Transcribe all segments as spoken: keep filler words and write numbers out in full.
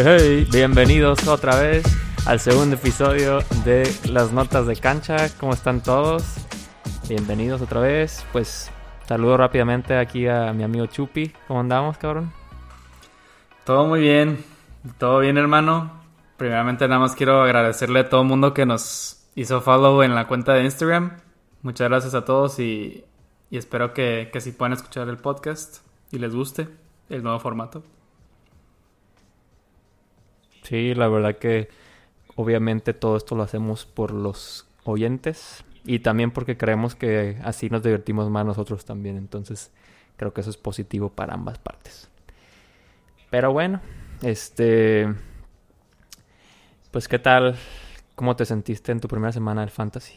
Hey, hey, bienvenidos otra vez al segundo episodio de Las Notas de Cancha. ¿Cómo están todos? Bienvenidos otra vez. Pues saludo rápidamente aquí a mi amigo Chupi. ¿Cómo andamos, cabrón? Todo muy bien, todo bien, hermano. Primeramente nada más quiero agradecerle a todo el mundo que nos hizo follow en la cuenta de Instagram. Muchas gracias a todos y, y espero que, que sí puedan escuchar el podcast y les guste el nuevo formato. Sí, la verdad que obviamente todo esto lo hacemos por los oyentes y también porque creemos que así nos divertimos más nosotros también. Entonces creo que eso es positivo para ambas partes. Pero bueno, este... pues ¿qué tal? ¿Cómo te sentiste en tu primera semana del Fantasy?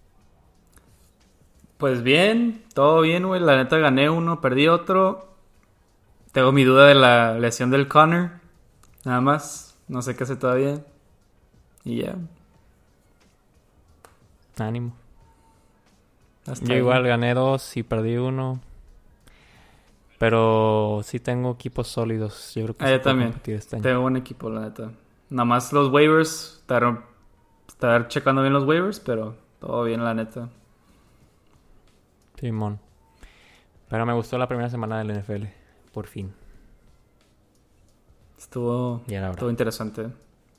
Pues bien, todo bien, güey. La neta gané uno, perdí otro. Tengo mi duda de la lesión del Connor. Nada más. No sé qué hace todavía. Y ya. Ánimo. Hasta Yo ahí. igual gané dos y perdí uno. Pero sí tengo equipos sólidos. Yo creo que Ah, sí yo puedo también. competir este año. Tengo buen equipo, la neta. Nada más los waivers. Estar, estar checando bien los waivers, pero todo bien, la neta. Simón. Pero me gustó la primera semana del N F L. Por fin. Estuvo, Ya era hora. estuvo interesante.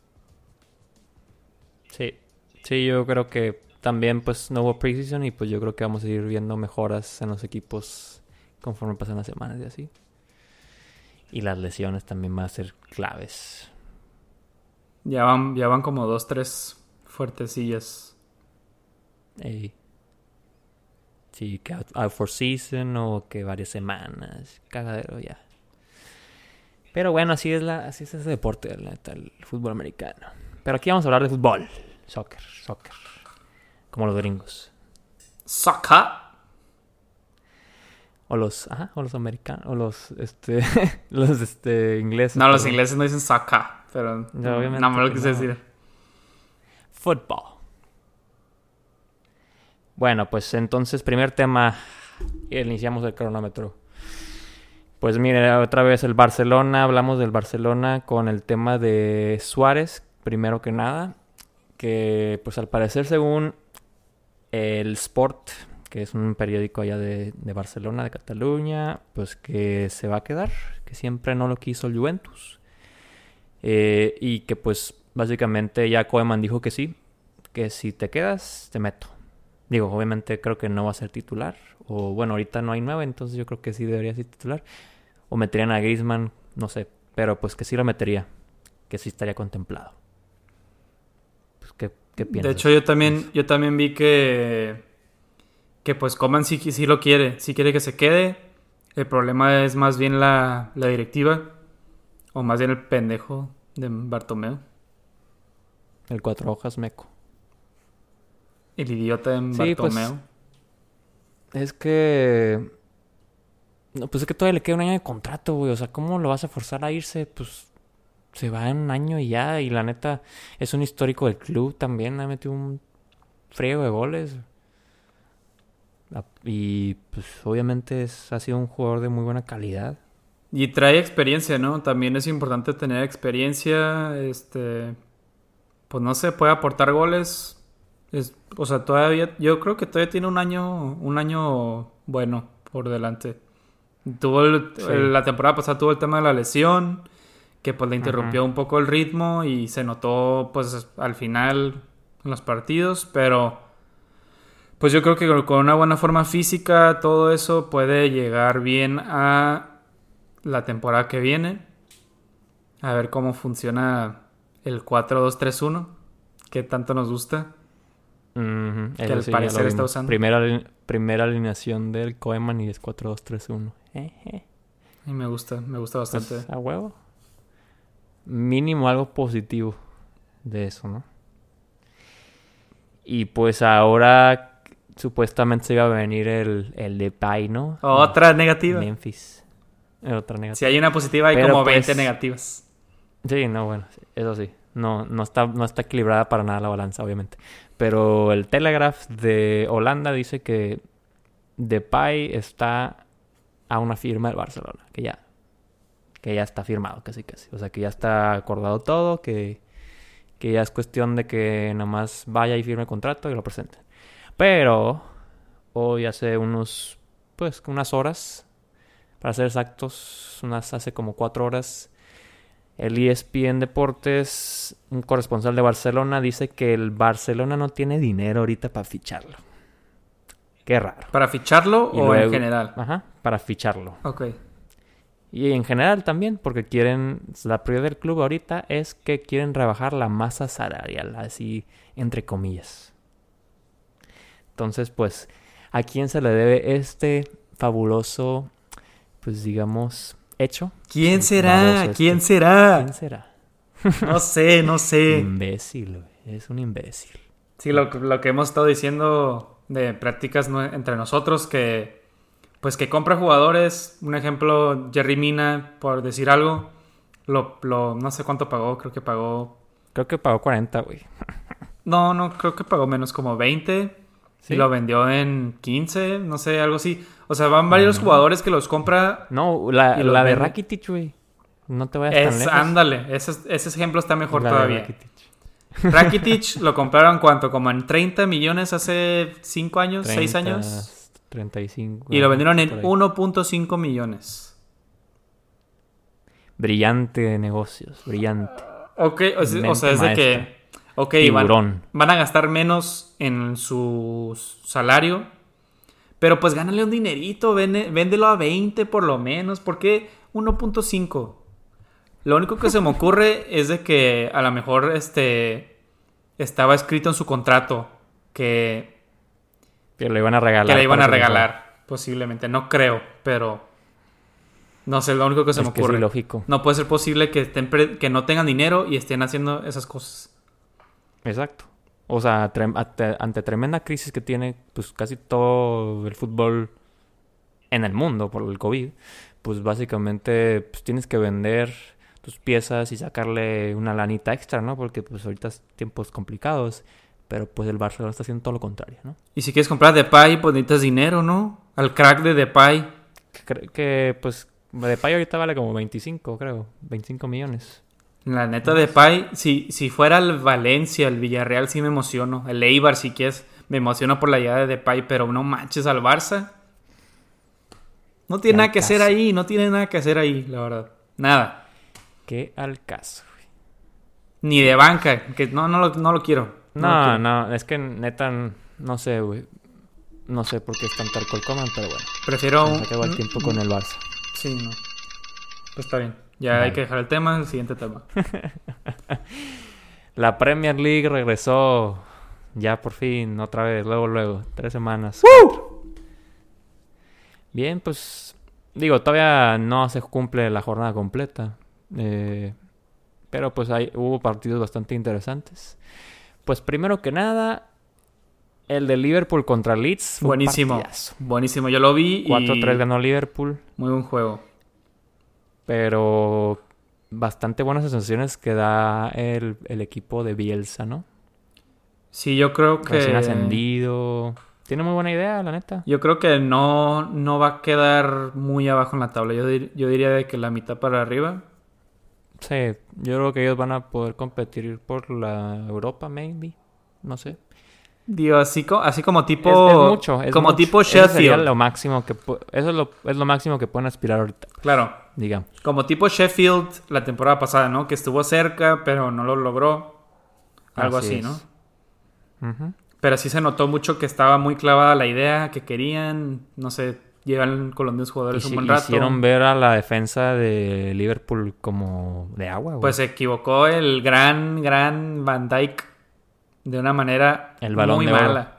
Sí. Sí, yo creo que también pues no hubo preseason y pues yo creo que vamos a ir viendo mejoras en los equipos conforme pasan las semanas y así. Y las lesiones también van a ser claves. Ya van, ya van como dos, tres fuertecillas. Ey. Sí, que out, out for season o que varias semanas. Cagadero ya. Pero bueno, así es la, así es ese deporte, la neta, el fútbol americano. Pero aquí vamos a hablar de fútbol. Soccer, soccer. Como los gringos. Soccer. O los, ajá, o los americanos, o los, este, los, este, ingleses. No, los perdón. ingleses no dicen soccer, pero No, obviamente nada más lo que quise no. decir. Fútbol. Bueno, pues entonces, primer tema, iniciamos el cronómetro. Pues mire, otra vez el Barcelona, hablamos del Barcelona con el tema de Suárez, primero que nada, que pues al parecer según el Sport, que es un periódico allá de, de Barcelona, de Cataluña, pues que se va a quedar, que siempre no lo quiso el Juventus. Eh, y que pues básicamente ya Koeman dijo que sí, que si te quedas, te meto. Digo, obviamente creo que no va a ser titular. O bueno, ahorita no hay nueve, entonces yo creo que sí debería ser titular. O meterían a Griezmann, no sé. Pero pues que sí lo metería. Que sí estaría contemplado. Pues, ¿qué, qué piensas? De hecho, yo también, yo también vi que, que pues Koeman sí, sí lo quiere. Sí quiere que se quede. El problema es más bien la, la directiva. O más bien el pendejo de Bartomeu. El cuatro hojas meco. El idiota de Sí, Bartomeu. Pues, es que... No, pues es que todavía le queda un año de contrato, güey. O sea, ¿cómo lo vas a forzar a irse? Pues se va en un año y ya. Y la neta, es un histórico del club también. Ha metido un friego de goles. Y pues obviamente es, ha sido un jugador de muy buena calidad. Y trae experiencia, ¿no? También es importante tener experiencia. Este... Pues no sé, puede aportar goles. Es, o sea, todavía... Yo creo que todavía tiene un año... Un año bueno por delante. Tuvo el, Sí. el, la temporada pasada tuvo el tema de la lesión, que pues le interrumpió Ajá. un poco el ritmo y se notó pues al final en los partidos, pero pues yo creo que con una buena forma física todo eso puede llegar bien a la temporada que viene. A ver cómo funciona el cuatro dos tres uno, que tanto nos gusta. Uh-huh. Que Eso al sí, parecer está usando. Primera, primera alineación del Koeman y es cuatro dos tres uno. Eh, eh. Y me gusta, me gusta bastante. Pues, a huevo. Mínimo algo positivo de eso, ¿no? Y pues ahora supuestamente se iba a venir el, el Depay, ¿no? Otra negativa. Memphis. Otra negativa. Si hay una positiva hay Pero como pues, veinte negativas. Sí, no, bueno, eso sí. No, no está, no está equilibrada para nada la balanza, obviamente. Pero el Telegraph de Holanda dice que Depay está a una firma del Barcelona, que ya que ya está firmado casi casi. O sea, que ya está acordado todo, que, que ya es cuestión de que nada más vaya y firme el contrato y lo presente. Pero hoy hace unos, pues, unas horas, para ser exactos, unas hace como cuatro horas, el E S P N Deportes, un corresponsal de Barcelona, dice que el Barcelona no tiene dinero ahorita para ficharlo. Qué raro. ¿Para ficharlo Y o luego- en general? Ajá, para ficharlo. Ok. Y en general también, porque quieren, la prioridad del club ahorita es que quieren rebajar la masa salarial, así entre comillas. Entonces, pues, ¿a quién se le debe este fabuloso, pues digamos, hecho? ¿Quién El será? baboso este. ¿Quién será? ¿Quién será? No sé, no sé. Imbécil, güey. Es un imbécil. Sí, lo, que- lo que hemos estado diciendo de prácticas nue- entre nosotros, que pues que compra jugadores, un ejemplo, Jerry Mina, por decir algo, lo, lo, no sé cuánto pagó, creo que pagó, Creo que pagó cuarenta, güey. no, no, creo que pagó menos, como veinte, ¿Sí? y lo vendió en quince, no sé, algo así. O sea, van varios no. jugadores que los compra. No, la, Y los la de vende. Rakitic, güey. No te vayas tan Es, lejos. ándale, ese, ese ejemplo está mejor La de todavía. Rakitic. Rakitic lo compraron, ¿cuánto? Como en treinta millones hace cinco años, seis treinta, años. treinta y cinco. Y lo vendieron por en ahí. uno punto cinco millones. Brillante de negocios, brillante. Ok, o sea, Mente o sea, es de maestra. que... Ok, van, Tiburón. van a gastar menos en su salario. Pero pues gánale un dinerito, vende- véndelo a veinte por lo menos. ¿Por qué uno punto cinco? Lo único que se me ocurre es de que a lo mejor este estaba escrito en su contrato que, Que le iban a regalar. que le iban para a que lo regalar. Posiblemente, no creo, pero no sé, lo único que se Es me que ocurre. sí, lógico. No puede ser posible que, estén pre- que no tengan dinero y estén haciendo esas cosas. Exacto. O sea, tre- ante, ante tremenda crisis que tiene pues casi todo el fútbol en el mundo por el COVID, pues básicamente pues, tienes que vender tus piezas y sacarle una lanita extra, ¿no? Porque pues ahorita es tiempos complicados, pero pues el Barcelona está haciendo todo lo contrario, ¿no? Y si quieres comprar Depay, pues necesitas dinero, ¿no? Al crack de Depay. Que, cre- que pues Depay ahorita vale como veinticinco, creo, veinticinco millones. La neta Depay, si, si fuera el Valencia, el Villarreal, sí me emociono. El Eibar, si quieres, me emociono por la llegada de Depay, pero no manches al Barça. No tiene Qué nada que hacer alcazo. ahí, no tiene nada que hacer ahí, la verdad. Nada. Qué al caso, güey. Ni de banca, que no, no, lo, no lo quiero. No lo No, quiero. no, es que neta, no sé, güey. No sé por qué es tan tarco el Coman, pero bueno. Prefiero... Se acabó el tiempo con el Barça. Sí, no. Pues está bien. Ya Vale. hay que dejar el tema, el siguiente tema. La Premier League regresó ya por fin, otra vez, luego, luego, tres semanas. Bien, pues, digo, todavía no se cumple la jornada completa. eh, pero pues hay, hubo partidos bastante interesantes. Pues primero que nada, el de Liverpool contra Leeds. Fue un Buenísimo. partidazo. Buenísimo, yo lo vi y... cuatro tres ganó Liverpool. Muy buen juego. Pero bastante buenas sensaciones que da el, el equipo de Bielsa, ¿no? Sí, yo creo que... Recién ascendido. Tiene muy buena idea, la neta. Yo creo que no, no va a quedar muy abajo en la tabla. Yo, dir- yo diría de que la mitad para arriba. Sí, yo creo que ellos van a poder competir por la Europa, maybe. No sé. Digo, así, co- así como tipo... Es, es mucho. Es como mucho. tipo Eso sería Sheffield. lo máximo que... pu- Eso es lo, es lo máximo que pueden aspirar ahorita, Claro. digamos. Como tipo Sheffield la temporada pasada, ¿no? Que estuvo cerca, pero no lo logró. Algo Así así, es. ¿no? Ujú. Pero sí se notó mucho que estaba muy clavada la idea que querían. No sé, llevan con los mismos Y jugadores un si- buen rato. hicieron ver a la defensa de Liverpool como de agua, güey. Pues se equivocó el gran, gran Van Dijk de una manera El balón muy de oro. mala.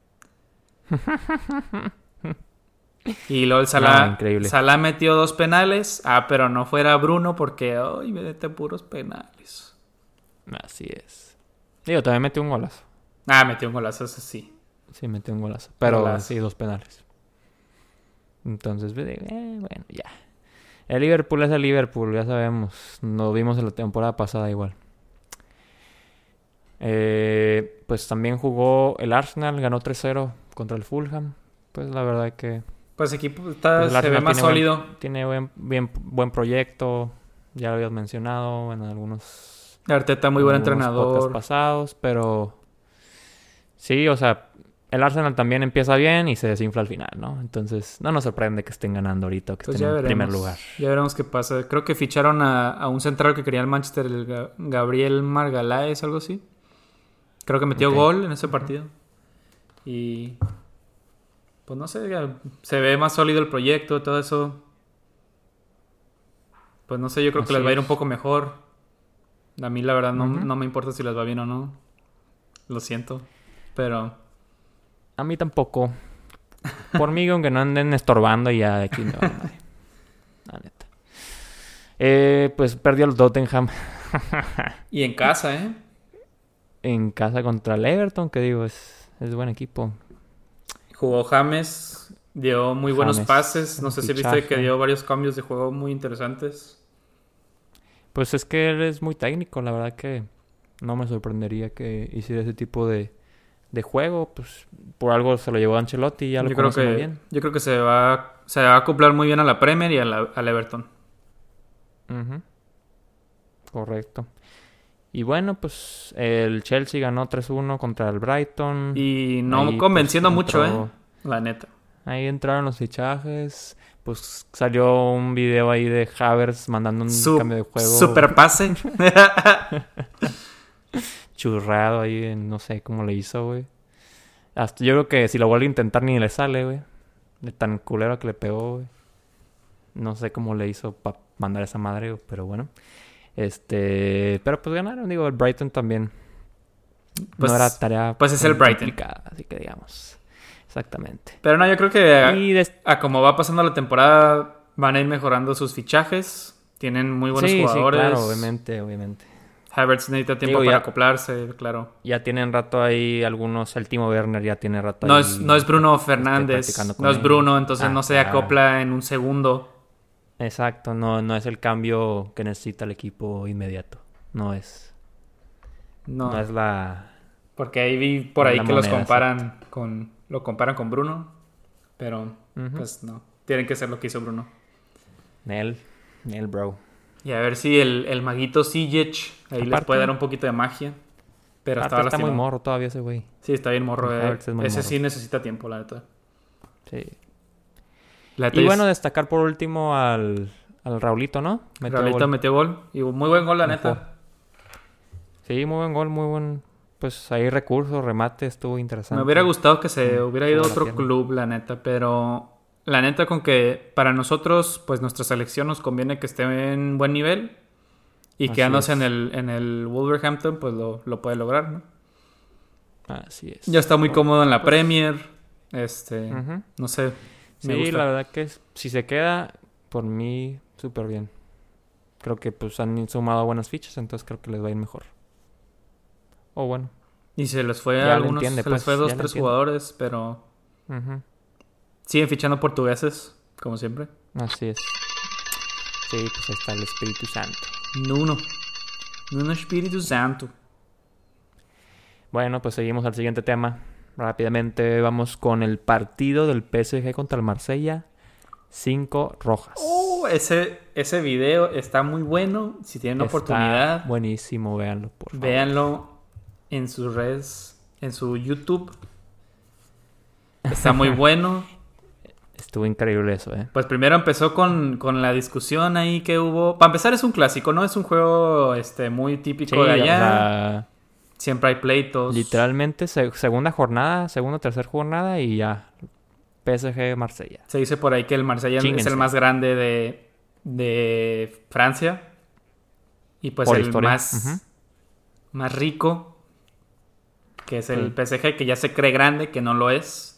Y luego el Salah, No, increíble. Salah metió dos penales. Ah, pero no fuera Bruno porque, ay, mete puros penales. Así es. Digo, también metió un golazo. Ah, metió un golazo, eso sí. Sí, metió un golazo. Pero Golazo. sí, dos penales. Entonces, eh, bueno, ya. El Liverpool es el Liverpool, ya sabemos. Lo vimos en la temporada pasada igual. Eh, pues también jugó el Arsenal, ganó tres cero contra el Fulham. Pues la verdad que Pues el equipo está, Pues el se ve Arsenal más tiene sólido. Buen, tiene buen, bien, buen proyecto. Ya lo habías mencionado en algunos... Arteta muy en buen algunos entrenador. podcasts pasados, pero... Sí, o sea, el Arsenal también empieza bien y se desinfla al final, ¿no? Entonces, no nos sorprende que estén ganando ahorita o que Pues estén ya en veremos. primer lugar. Ya veremos qué pasa. Creo que ficharon a, a un central que quería el Manchester, el Ga- Gabriel Margaláes, algo así. Creo que metió Ok. gol en ese partido. Y pues no sé, ya se ve más sólido el proyecto, todo eso. Pues no sé, yo creo que Así les va a ir un es. poco mejor. A mí la verdad no, Ujú. no me importa si les va bien o no. Lo siento. Pero A mí tampoco. Por mí, aunque no anden estorbando y ya de aquí me va madre. La neta. Eh, pues perdió el Tottenham y en casa, ¿eh? en casa contra el Everton, que digo, es, es buen equipo. Jugó James, dio muy buenos James, pases. No un sé si fichaje. viste que dio varios cambios de juego muy interesantes. Pues es que él es muy técnico, la verdad que no me sorprendería que hiciera ese tipo de, de juego. Pues por algo se lo llevó a Ancelotti y ya lo Yo creo conoce muy que bien. yo creo que se va se va a acoplar muy bien a la Premier y a la- al Everton. Ujú. Correcto. Y bueno, pues el Chelsea ganó tres uno contra el Brighton. Y no Ahí, convenciendo pues, mucho, entró- ¿eh? La neta. Ahí entraron los fichajes. Pues salió un video ahí de Havertz mandando un Su- cambio de juego super pase. churrado ahí. en- No sé cómo le hizo, güey. Hasta yo creo que si lo vuelve a intentar ni le sale, güey. De tan culero que le pegó, güey. No sé cómo le hizo para mandar esa madre, güey, pero bueno. Este, pero pues ganaron, digo, el Brighton también. Pues- no era tarea pues es el muy Brighton. complicada, así que digamos. Exactamente. Pero no, yo creo que a, Y des- a como va pasando la temporada van a ir mejorando sus fichajes. Tienen muy buenos sí, jugadores. sí, claro, obviamente, obviamente. Havertz necesita tiempo Digo, para ya- acoplarse, claro. Ya tienen rato ahí algunos, el Timo Werner ya tiene rato No ahí. es, no es Bruno este, Fernández, practicando con no es él. Bruno, entonces Ah, no se claro. acopla en un segundo. Exacto, no, no es el cambio que necesita el equipo inmediato. No es. No, No, es la. porque ahí vi por no ahí la que los moneda, comparan con lo comparan con Bruno, pero Ujú. pues no, tienen que ser lo que hizo Bruno. Nel. Nel, bro. Y a ver si el, el maguito Sijic ahí les Aparte- puede dar un poquito de magia. Pero Aparte estaba está muy lastimado. morro todavía ese güey. Sí, está bien morro. El eh. Havertz es muy Ese morro. sí necesita tiempo, la neta. Sí. La neta Y es- bueno, destacar por último al, al Raulito, ¿no? Metió Raulito gol. metió gol. Y muy buen gol, la Ojo. neta. Sí, muy buen gol, muy buen. Pues ahí recursos, remate, estuvo interesante. Me hubiera gustado que se Mm, hubiera ido a sobre la otro pierna. club, la neta, pero la neta con que para nosotros, pues nuestra selección nos conviene que esté en buen nivel y Así quedándose es. en el, en el Wolverhampton, pues lo, lo puede lograr, ¿no? Así es. Ya está muy Bueno, cómodo en la pues, Premier, este, ujú. no sé, me Sí, gusta. la verdad que es- si se queda, por mí, súper bien. Creo que pues han sumado buenas fichas, entonces creo que les va a ir mejor. O bueno. Y se les fue Ya a le algunos, entiende, se les pues, fue a dos, ya le tres entiende. jugadores, pero Ujú. siguen fichando portugueses, como siempre. Así es. Sí, pues ahí está el Espíritu Santo. Nuno. Nuno Espíritu Santo. Bueno, pues seguimos al siguiente tema. Rápidamente vamos con el partido del P S G contra el Marsella. Cinco rojas. Oh, ese, ese video está muy bueno. Si tienen Está oportunidad, buenísimo, véanlo, por favor. véanlo en sus redes, en su YouTube. Está muy bueno. Estuvo increíble eso, ¿eh? Pues primero empezó con, con la discusión ahí que hubo. Para empezar es un clásico, ¿no? Es un juego este, muy típico Sí, de o allá. sea, Siempre hay pleitos. literalmente se- segunda jornada, segunda o tercera jornada y ya. P S G Marsella. Se dice por ahí que el Marsella es Chínguense. el más grande de, de Francia. Y pues Por el historia. más, Ujú. más rico, que es el Sí. P S G, que ya se cree grande, que no lo es.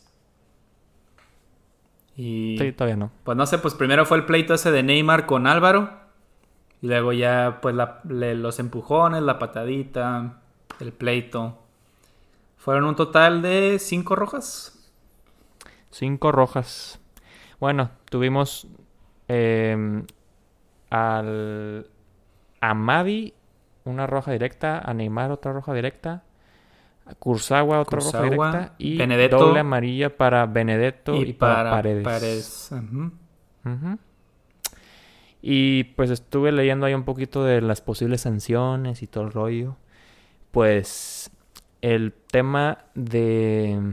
Y Sí, todavía no. pues no sé, pues primero fue el pleito ese de Neymar con Álvaro. Y luego ya pues la- le- los empujones, la patadita, el pleito. Fueron un total de cinco rojas. Cinco rojas. Bueno, tuvimos eh, al a Mavi una roja directa, a Neymar otra roja directa, Kurzawa, otra roja Kurzawa, directa. Y Benedetto. doble amarilla para Benedetto y, Y para, para Paredes. Paredes. Ujú. Ujú. Y pues estuve leyendo ahí un poquito de las posibles sanciones y todo el rollo. Pues el tema de...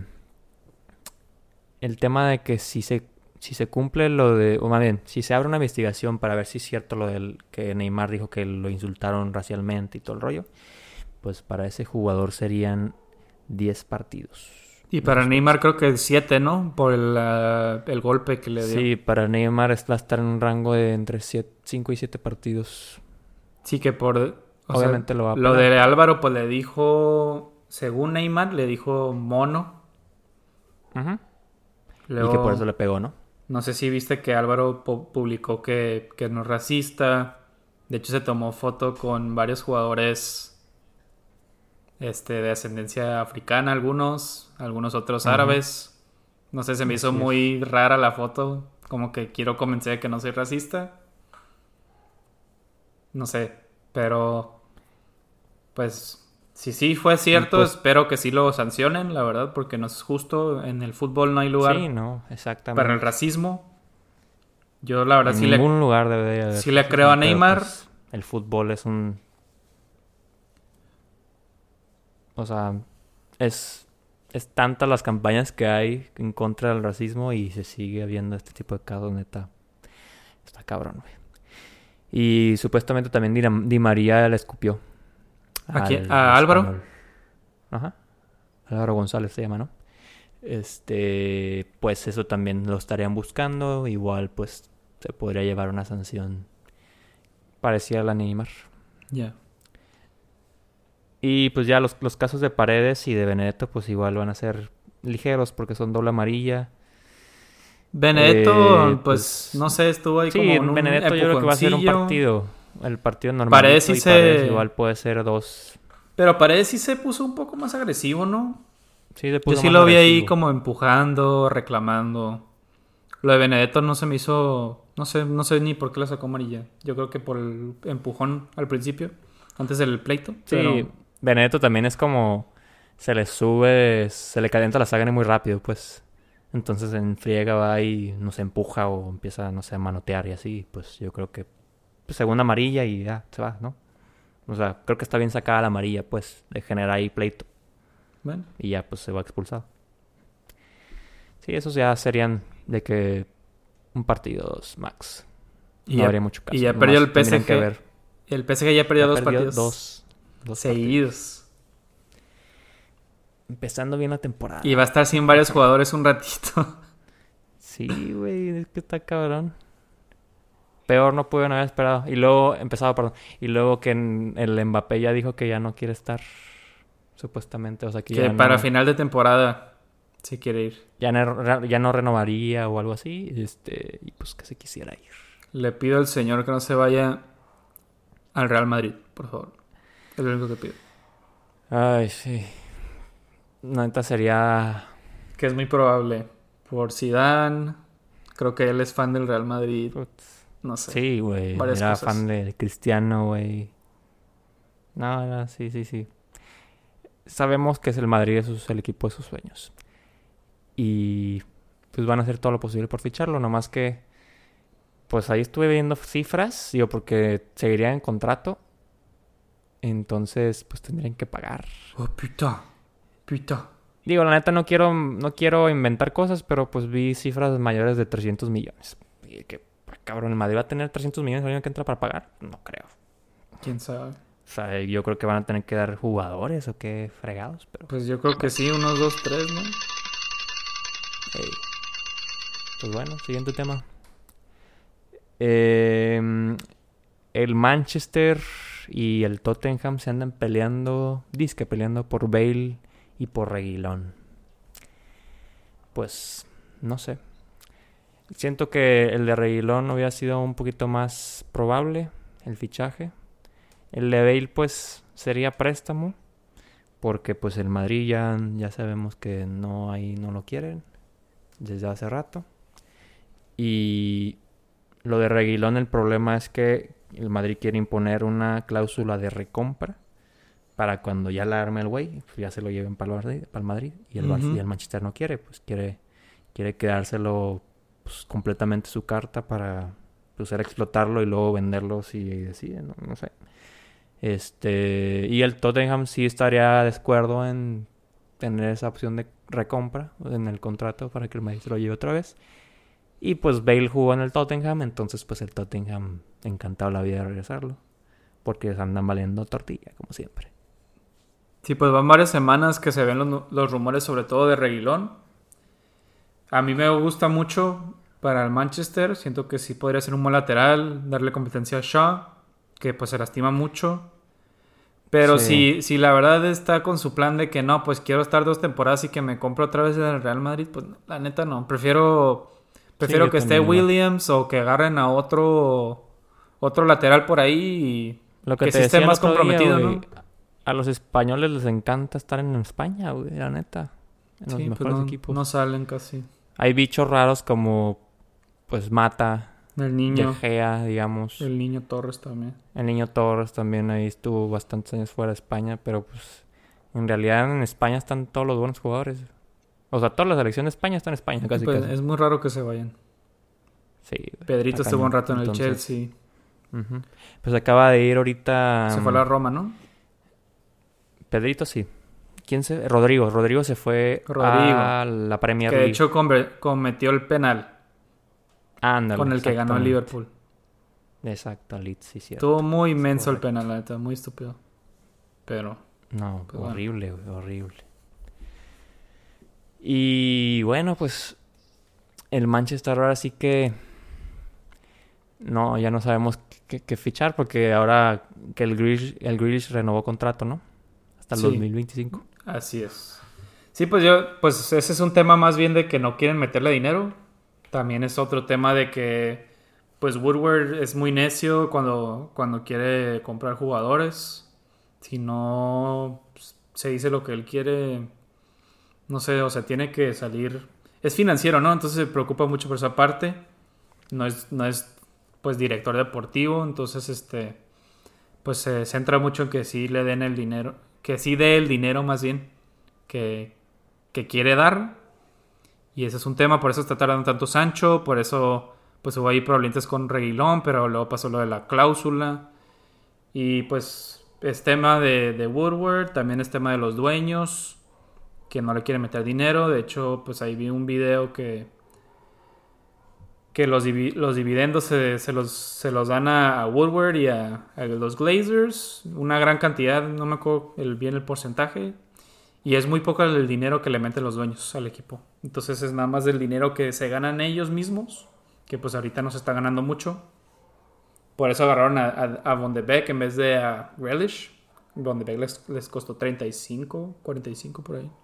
El tema de que si se, si se cumple lo de... O más bien, si se abre una investigación para ver si es cierto lo del que Neymar dijo que lo insultaron racialmente y todo el rollo, pues para ese jugador serían diez partidos. Y para Después. Neymar creo que siete, ¿no? Por el, uh, el golpe que le dio. Sí, para Neymar va a estar en un rango de entre cinco y siete partidos. Sí, que por... o Obviamente sea, lo va a Lo apelar. de Álvaro, pues le dijo... Según Neymar, le dijo mono. Ujú. Luego, Y que por eso le pegó, ¿no? no sé si viste que Álvaro pu- publicó que, que no es racista. De hecho, se tomó foto con varios jugadores este, de ascendencia africana, algunos, algunos otros Ujú. árabes. No sé, se me hizo Así es. muy rara la foto. Como que quiero convencer de que no soy racista. No sé, pero pues si sí fue cierto, Pues- espero que sí lo sancionen, la verdad, porque no es justo. En el fútbol no hay lugar Sí, no, exactamente. para el racismo. Yo la verdad En sí ningún le, lugar debe de haber sí le racismo, creo a pero, Neymar. pues, el fútbol es un... O sea, es... Es tantas las campañas que hay en contra del racismo y se sigue habiendo este tipo de casos, neta. Está cabrón, güey. Y supuestamente también Di, Di María le escupió. ¿A quién? al ¿A Álvaro? español. Ajá. Álvaro González se llama, ¿no? Este, pues eso también lo estarían buscando. Igual, pues, se podría llevar una sanción parecida a la Neymar. Ya. Y pues ya los, los casos de Paredes y de Benedetto, pues igual van a ser ligeros porque son doble amarilla. Benedetto, Eh, pues, pues, no sé, estuvo ahí Sí, como en un Benedetto yo creo que va a ser un empujoncillo. partido. El partido normal. Paredes sí y se- Paredes igual puede ser dos. Pero Paredes sí se puso un poco más agresivo, ¿no? Sí, se Yo puso sí más lo vi ahí agresivo. como empujando, reclamando. Lo de Benedetto no se me hizo... No sé, no sé ni por qué la sacó amarilla. Yo creo que por el empujón al principio, antes del pleito. Sí, Pero Benedetto también es como... Se le sube, se le calienta la sangre muy rápido, pues. Entonces en friega va y nos empuja o empieza, no sé, a manotear y así. Pues yo creo que... Pues, segunda amarilla y ya, se va, ¿no? O sea, creo que está bien sacada la amarilla, pues. De generar ahí pleito. bueno, Y ya, pues, se va expulsado. Sí, esos ya serían de que... Un partido, dos, max. y No ya, habría mucho caso. y ya Nomás perdió el P S tendrían que G. ver. El P S G ya perdió Ya dos perdió partidos dos, dos partidos. seguidos. Empezando bien la temporada. Y va a estar sin varios jugadores un ratito. Sí, güey, es que está cabrón. Peor no pudieron haber esperado. Y luego, empezado, perdón. Y luego que en- el Mbappé ya dijo que ya no quiere estar. Supuestamente, o sea que, Que ya, para no, final de temporada se quiere ir. ya, no, ya no renovaría o algo así. Este, y pues que se quisiera ir. Le pido al señor que no se vaya al Real Madrid, por favor. Es lo único que pido. Ay, sí. Neta sería... Que es muy probable. Por Zidane. Creo que él es fan del Real Madrid. Putz. No sé. Sí, güey. varias Era cosas. fan de Cristiano, güey. No, no, sí, sí, sí. Sabemos que es el Madrid, es su- el equipo de sus sueños. Y pues van a hacer todo lo posible por ficharlo. Nomás que, pues ahí estuve viendo cifras, digo, porque seguiría en contrato. Entonces, pues tendrían que pagar. Oh, puta. Puta. Digo, la neta no quiero, no quiero inventar cosas, pero pues vi cifras mayores de trescientos millones. Y que, ah, cabrón, ¿el Madrid va a tener trescientos millones el año que entra para pagar? No creo. ¿Quién sabe? O sea, yo creo que van a tener que dar jugadores o qué fregados, pero... Pues yo creo que sí, unos dos, tres, ¿no? Hey. Pues bueno, siguiente tema. Eh, el Manchester y el Tottenham se andan peleando, disque peleando por Bale y por Reguilón. Pues, no sé. Siento que el de Reguilón hubiera sido un poquito más probable, el fichaje. El de Bale, pues, sería préstamo. Porque, pues, el Madrid ya, ya sabemos que no, ahí no lo quieren. Desde hace rato. Y lo de Reguilón, el problema es que el Madrid quiere imponer una cláusula de recompra. para cuando ya la arme el güey, pues ya se lo lleven para el Madrid, para el Madrid y el, uh-huh. y el Manchester no quiere, pues quiere, quiere quedárselo pues, completamente su carta para pues, explotarlo y luego venderlo si decide, no, no sé. Este, y el Tottenham sí estaría de acuerdo en tener esa opción de recompra en el contrato para que el Madrid se lo lleve otra vez. Y pues Bale jugó en el Tottenham, entonces pues el Tottenham encantado la vida de regresarlo, porque andan valiendo tortilla, como siempre. Sí, pues van varias semanas que se ven los, los rumores, sobre todo de Reguilón. A mí me gusta mucho para el Manchester, siento que sí podría ser un buen lateral, darle competencia a Shaw, que pues se lastima mucho. Pero sí. si, si la verdad está con su plan de que no, pues quiero estar dos temporadas y que me compro otra vez en el Real Madrid, pues la neta no. Prefiero, prefiero sí, que esté Williams no. o que agarren a otro, otro lateral por ahí y Lo que, que sí esté más comprometido, día, ¿no? A los españoles les encanta estar en España, güey, la neta. En los sí, mejores pues no, equipos. No salen casi. Hay bichos raros como, pues, Mata... El niño. De Gea, digamos. El niño Torres también. El niño Torres también ahí estuvo bastantes años fuera de España, pero pues en realidad en España están todos los buenos jugadores. O sea, toda la selección de España está en España casi, pues casi. Es muy raro que se vayan. Sí. Pedrito estuvo un rato en el entonces, Chelsea. Uh-huh. Pues acaba de ir ahorita... Se fue a la Roma, ¿no? Pedrito sí. ¿Quién se...? Rodrigo. Rodrigo se fue Rodrigo, a la Premier League. Que de League. hecho com- cometió el penal. Ándale, con el que ganó el Liverpool. Exacto, Leeds, sí, cierto. Estuvo muy inmenso el penal, la neta, muy estúpido. Pero... No, pues horrible, bueno. güey, horrible. Y bueno, pues... El Manchester ahora sí que... No, ya no sabemos qué, qué fichar porque ahora que el Grealish, el Grealish renovó contrato, ¿no? Hasta el sí. dos mil veinticinco. Así es. Sí, pues yo... Pues ese es un tema más bien de que no quieren meterle dinero. También es otro tema de que pues Woodward es muy necio cuando, cuando quiere comprar jugadores. Si no pues, se dice lo que él quiere, no sé, o sea, tiene que salir. Es financiero, ¿no? Entonces se preocupa mucho por esa parte. No es, no es pues director deportivo, entonces este pues se centra mucho en que sí le den el dinero, que sí dé el dinero más bien que, que quiere dar. Y ese es un tema, por eso está tardando tanto Sancho, por eso pues hubo ahí problemas con Reguilón, pero luego pasó lo de la cláusula. Y pues es tema de, de Woodward, también es tema de los dueños, que no le quieren meter dinero. De hecho, pues ahí vi un video que, que los, divi- los dividendos se, se, los, se los dan a, a Woodward y a, a los Glazers. Una gran cantidad, no me acuerdo el, bien el porcentaje. Y es muy poco el dinero que le meten los dueños al equipo. Entonces es nada más del dinero que se ganan ellos mismos, que pues ahorita no se está ganando mucho. Por eso agarraron a, a, a Van de Beek en vez de a Grealish. Van de Beek les, les costó treinta y cinco, cuarenta y cinco por ahí.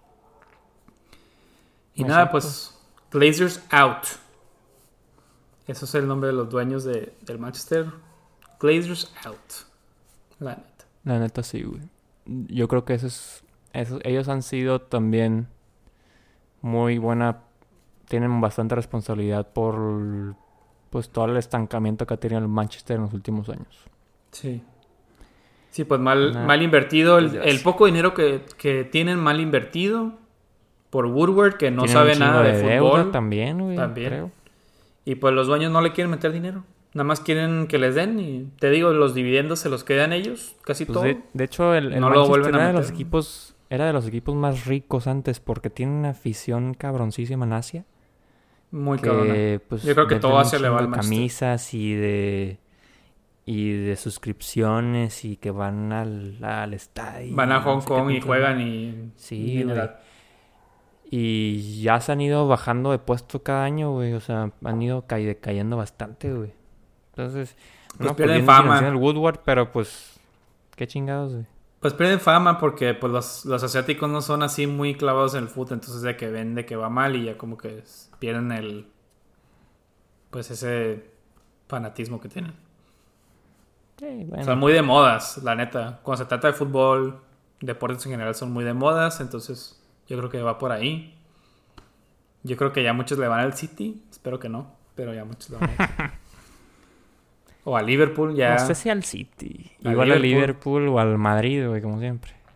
Y Exacto. nada, pues Glazers out. Eso es el nombre de los dueños de, del Manchester. Glazers out. La neta. La neta sí, güey. Yo creo que eso es... Eso, ellos han sido también muy buena, tienen bastante responsabilidad por pues todo el estancamiento que ha tenido el Manchester en los últimos años. Sí. Sí, pues mal, nah, mal invertido. El, el poco dinero que, que tienen mal invertido por Woodward, que no tienen sabe nada de, de fútbol. También, güey. También. Creo. Y pues los dueños no le quieren meter dinero. Nada más quieren que les den y te digo, los dividendos se los quedan ellos, casi pues todo. De, de hecho, el, el no Manchester lo vuelven a era meter. de los equipos... Era de los equipos más ricos antes porque tiene una afición cabroncísima en Asia. Muy cabrona. Pues, yo creo que todo Asia le va al Manchester. Camisas y de y de suscripciones y que van al, al estadio. Van a Hong no Kong y juegan y... Sí, güey. Y ya se han ido bajando de puesto cada año, güey. O sea, han ido ca- cayendo bastante, güey. Entonces... Pues no, pierden pues fama. El Woodward, pero pues... Qué chingados, güey. Pues pierden fama porque pues los, los asiáticos no son así muy clavados en el fútbol, entonces de que ven de que va mal y ya como que pierden el pues ese fanatismo que tienen. Sí, bueno. Son muy de modas, la neta. Cuando se trata de fútbol, deportes en general son muy de modas, entonces yo creo que va por ahí. Yo creo que ya muchos le van al City, espero que no, pero ya muchos le van al O a Liverpool, ya. No sé si al City. Igual a Liverpool o al Madrid, güey, como siempre.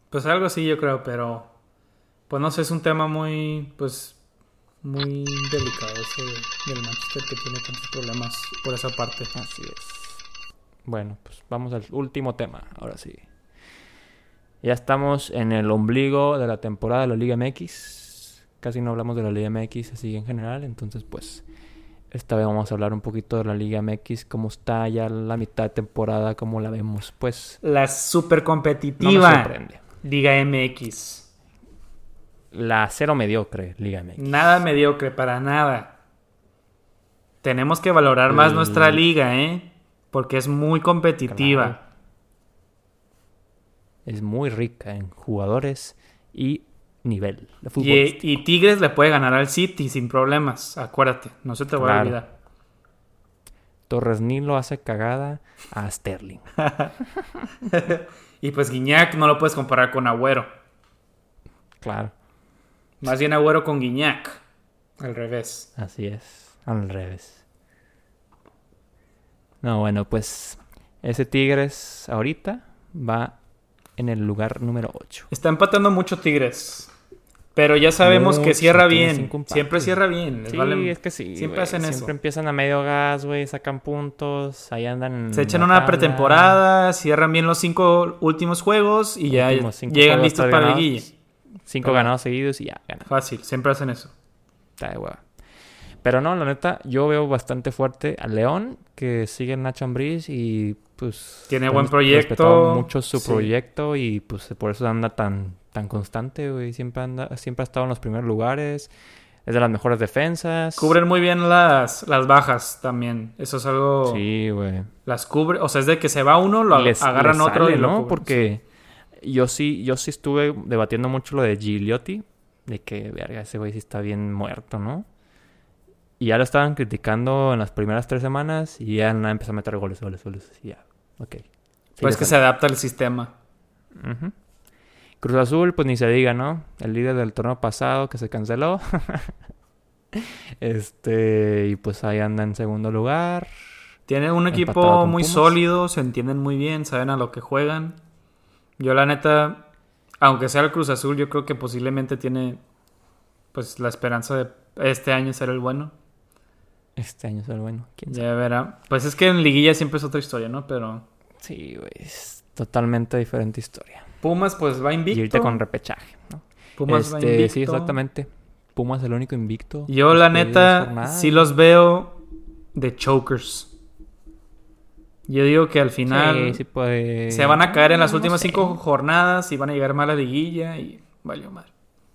Pues algo así yo creo, pero pues no sé, es un tema muy, pues, muy delicado eso de- del Manchester que tiene tantos problemas por esa parte. Así es. Bueno, pues vamos al último tema, ahora sí. Ya estamos en el ombligo de la temporada de la Liga M X. Casi no hablamos de la Liga M X así en general, entonces pues esta vez vamos a hablar un poquito de la Liga M X, cómo está ya la mitad de temporada, cómo la vemos. Pues La super no me competitiva sorprende. Liga M X. La cero mediocre Liga M X. Nada mediocre, para nada. Tenemos que valorar más El- nuestra liga, ¿eh? Porque es muy competitiva. Claro. Es muy rica en jugadores y nivel de fútbol. Y, y Tigres le puede ganar al City sin problemas. Acuérdate, no se te va a Claro. olvidar. Torres Nilo hace cagada a Sterling. Y pues Guiñac no lo puedes comparar con Agüero. Claro, Más bien Agüero con Guiñac. Al revés. así es. Al revés. No, bueno, pues ese Tigres ahorita va en el lugar número ocho. Está empatando mucho Tigres. Pero ya sabemos que Mucho, cierra tiene bien. cinco empates. Siempre cierra bien. Les Sí, vale- es que sí. Siempre güey. hacen Siempre eso. empiezan a medio gas, güey. Sacan puntos. Ahí andan. en Se echan la una tabla. pretemporada, cierran bien los cinco últimos juegos y ya Últimos cinco llegan juegos, listos tres para la ganados, liguilla. Cinco Ajá. ganados seguidos y ya ganan. Fácil, siempre hacen eso. Está de hueva. Pero no, la neta, yo veo bastante fuerte a León, que sigue en Nacho Ambriz y pues... Tiene han buen proyecto. respetado mucho su Sí. proyecto y pues por eso anda tan, tan constante, güey. Siempre, anda, siempre ha estado en los primeros lugares. Es de las mejores defensas. Cubren muy bien las, las bajas también. Eso es algo... Sí, güey. Las cubre... O sea, es de que se va uno, lo Les- agarran les otro sale, y lo ¿no? cubren. Porque yo sí, yo sí estuve debatiendo mucho lo de Gigliotti. De que, verga, ese güey sí está bien muerto, ¿no? Y ya lo estaban criticando en las primeras tres semanas y ya nada, empezó a meter goles, goles, goles. Y ya, ok. Sí, Pues le que se sale. adapta al sistema. Ujú. Cruz Azul, pues ni se diga, ¿no? El líder del torneo pasado que se canceló. este, y pues ahí anda en segundo lugar. Tiene un Empatado equipo con muy Pumas. sólido, se entienden muy bien, saben a lo que juegan. Yo la neta, aunque sea el Cruz Azul, yo creo que posiblemente tiene pues la esperanza de este año ser el bueno. Este año es el bueno. ¿Quién sabe? Ya verá. Pues es que en liguilla siempre es otra historia, ¿no? Pero Sí, güey. Es totalmente diferente historia. Pumas pues va Y invicto. ahorita con repechaje, ¿no? Pumas va este, invicto. sí, exactamente. Pumas el único invicto. Yo la después de neta diez jornadas. sí los veo de chokers. Yo digo que al final Sí, sí puede... se van a caer en las No últimas sé. cinco jornadas y van a llegar mal a la liguilla y valió mal.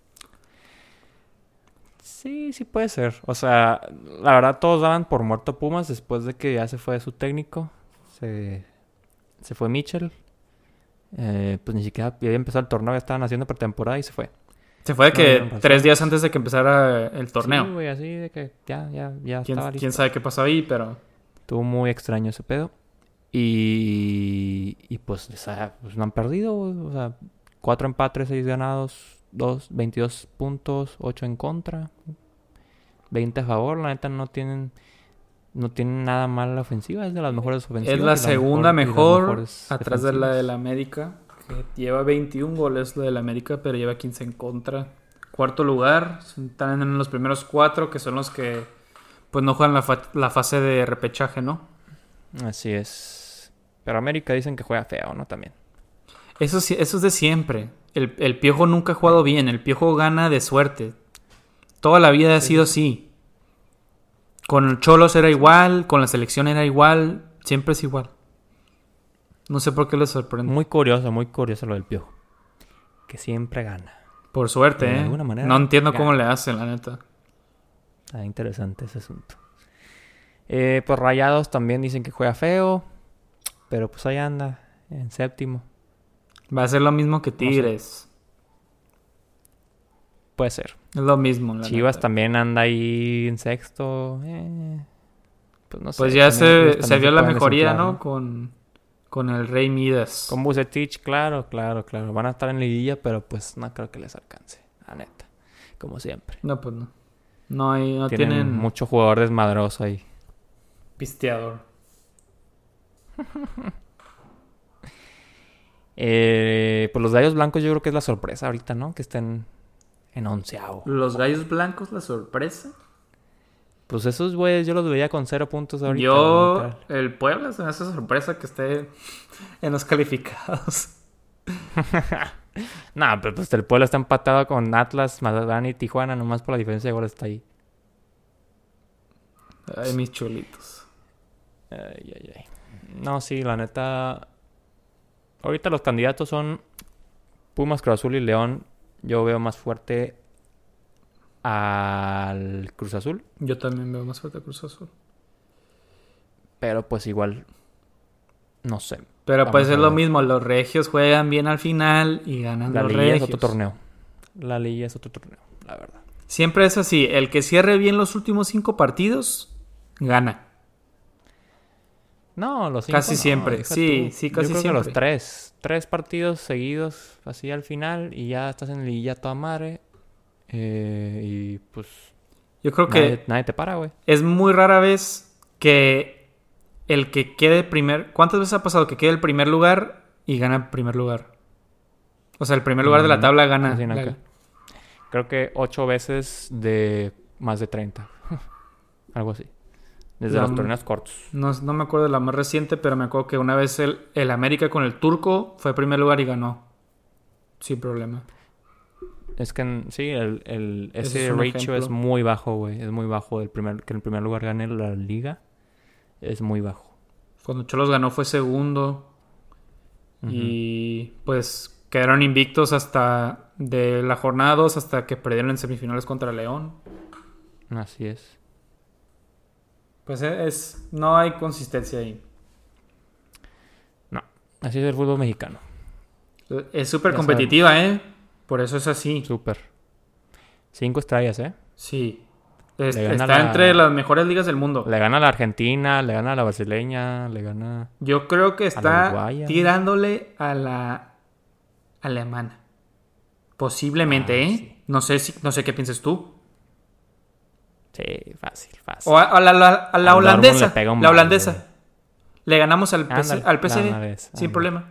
Sí, sí puede ser. O sea, la verdad todos daban por muerto a Pumas después de que ya se fue su técnico. Se, se fue Mitchell. Eh, pues ni siquiera había empezado el torneo, ya estaban haciendo pretemporada y se fue. Se fue de No que dieron razón. tres días antes de que empezara el torneo. Sí, güey, así de que ya, ya, ya ¿Quién, estaba listo. quién sabe qué pasó ahí, pero Estuvo muy extraño ese pedo. Y, y pues, o sea, pues no han perdido, güey. O sea, cuatro empates, seis ganados, dos, veintidós puntos, ocho en contra, veinte a favor. La neta no tienen, no tienen nada mal la ofensiva, es de las mejores ofensivas. es la y segunda mejor- y las mejor mejores atrás de la defensivas. de la América, que lleva veintiún goles la de la América, pero lleva quince en contra. Cuarto lugar, están en los primeros cuatro, que son los que pues no juegan la, fa- la fase de repechaje, ¿no? Así es. Pero América dicen que juega feo, ¿no? También. Eso, sí- eso es de siempre. El, el Piojo nunca ha jugado bien, el Piojo gana de suerte. Toda la vida ha Sí. sido así. Con el Cholos era igual, con la selección era igual, siempre es igual. No sé por qué les sorprende. Muy curioso, muy curioso lo del Piojo. Que siempre gana. Por suerte, de ¿eh? alguna manera, No entiendo cómo gana. le hacen, la neta. Está interesante ese asunto. Eh, pues Rayados también dicen que juega feo. Pero pues ahí anda, en séptimo. Va a ser lo mismo que sé. Tigres. Puede ser. Es lo mismo, la Chivas neta. también anda ahí en sexto. Eh, pues no sé. Pues ya también se, ellos se también vio la pueden mejoría, desinflar, ¿no? Con, con el Rey Midas. Con Vucetich, claro, claro, claro. Van a estar en liguilla, pero pues no creo que les alcance. La neta. Como siempre. No, pues no. No, hay, no tienen, tienen, mucho jugador desmadroso ahí. pisteador. Eh, pues los Gallos Blancos yo creo que es la sorpresa ahorita, ¿no? Que estén en onceavo. Los Gallos Blancos, la sorpresa. Pues esos güeyes yo los veía con cero puntos ahorita. Yo, literal. el Puebla se me hace sorpresa que esté en los calificados. No, pero pues el Puebla está empatado con Atlas, Mazatlán y Tijuana. Nomás por la diferencia de goles está ahí. Ay, mis chulitos. Ay, ay, ay. No, sí, la neta... Ahorita los candidatos son Pumas, Cruz Azul y León. Yo veo más fuerte al Cruz Azul. Yo también veo más fuerte a Cruz Azul. Pero pues igual... No sé. Pero Vamos pues a es lo ver. mismo. Los regios juegan bien al final y ganan La los Liga regios. es otro torneo. La Liga es otro torneo, la verdad. Siempre es así. El que cierre bien los últimos cinco partidos, gana. No, los cinco Casi no, siempre. deja Sí, tú. sí, Yo casi creo que siempre. los tres. Tres partidos seguidos, así al final, y ya estás en liguilla toda madre. Eh, y pues... Yo creo nadie, que nadie te para, güey. es muy rara vez que el que quede primer... ¿Cuántas veces ha pasado que quede el primer lugar y gana el primer lugar? O sea, el primer lugar de la Mm, tabla gana. así no la- acá. Creo que ocho veces de más de treinta. Algo así. Desde La- los torneos cortos. No, no me acuerdo de la más reciente, pero me acuerdo que una vez el, el América con el Turco fue primer lugar y ganó. Sin problema. Es que en- sí, el, el, Ese ese es un ratio ejemplo. es muy bajo, güey. Es muy bajo. El primer, que en el primer lugar gane la liga es muy bajo. Cuando Cholos ganó fue segundo. Ujú. Y pues quedaron invictos hasta de la jornada dos hasta que perdieron en semifinales contra León. Así es. Pues es, es- no hay consistencia ahí. No, así es el fútbol mexicano. Es súper Ya competitiva, ¿eh? Por eso es así. Súper. Cinco estrellas, ¿eh? Sí. Es- Le gana está la- entre las mejores ligas del mundo. Le gana a la Argentina, le gana a la brasileña, le gana... Yo creo que está uruguaya. tirándole a la alemana. Posiblemente, Ah, ¿eh? sí. No sé si, no sé qué piensas tú. Sí, fácil, fácil. O a, a la, la- a la Al Dortmund holandesa. le pega un La mal, holandesa. güey. Le ganamos al, P S Ándale, al P S V la holandesa, sin ándale. problema.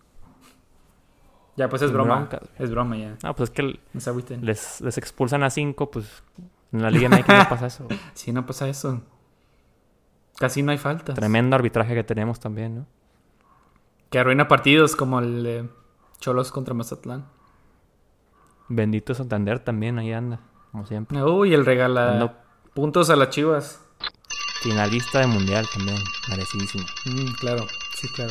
Ya, pues es Sin broma. broncas, güey. Es broma ya. No, pues es que No se agüiten. les, les expulsan a cinco, pues en la Liga M X no pasa eso. Güey. Sí, no pasa eso. Casi no hay faltas. Tremendo arbitraje que tenemos también, ¿no? Que arruina partidos como el de Cholos contra Mazatlán. Bendito Santander también, ahí anda, como siempre. Uy, el regala Ando puntos a las Chivas. finalista de Mundial también, merecidísimo. Mm, claro, sí, claro.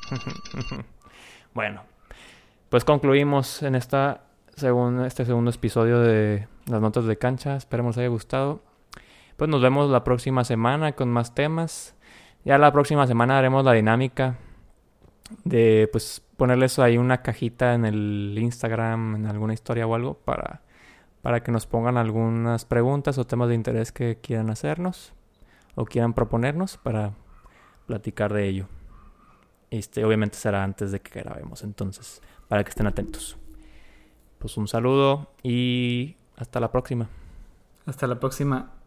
Bueno, pues concluimos en esta segun- este segundo episodio de las notas de cancha. Esperemos les haya gustado. Pues nos vemos la próxima semana con más temas. Ya la próxima semana haremos la dinámica de pues ponerles ahí una cajita en el Instagram, en alguna historia o algo para, para que nos pongan algunas preguntas o temas de interés que quieran hacernos o quieran proponernos para platicar de ello. Este, obviamente será antes de que grabemos, entonces, para que estén atentos. Pues un saludo y hasta la próxima. Hasta la próxima.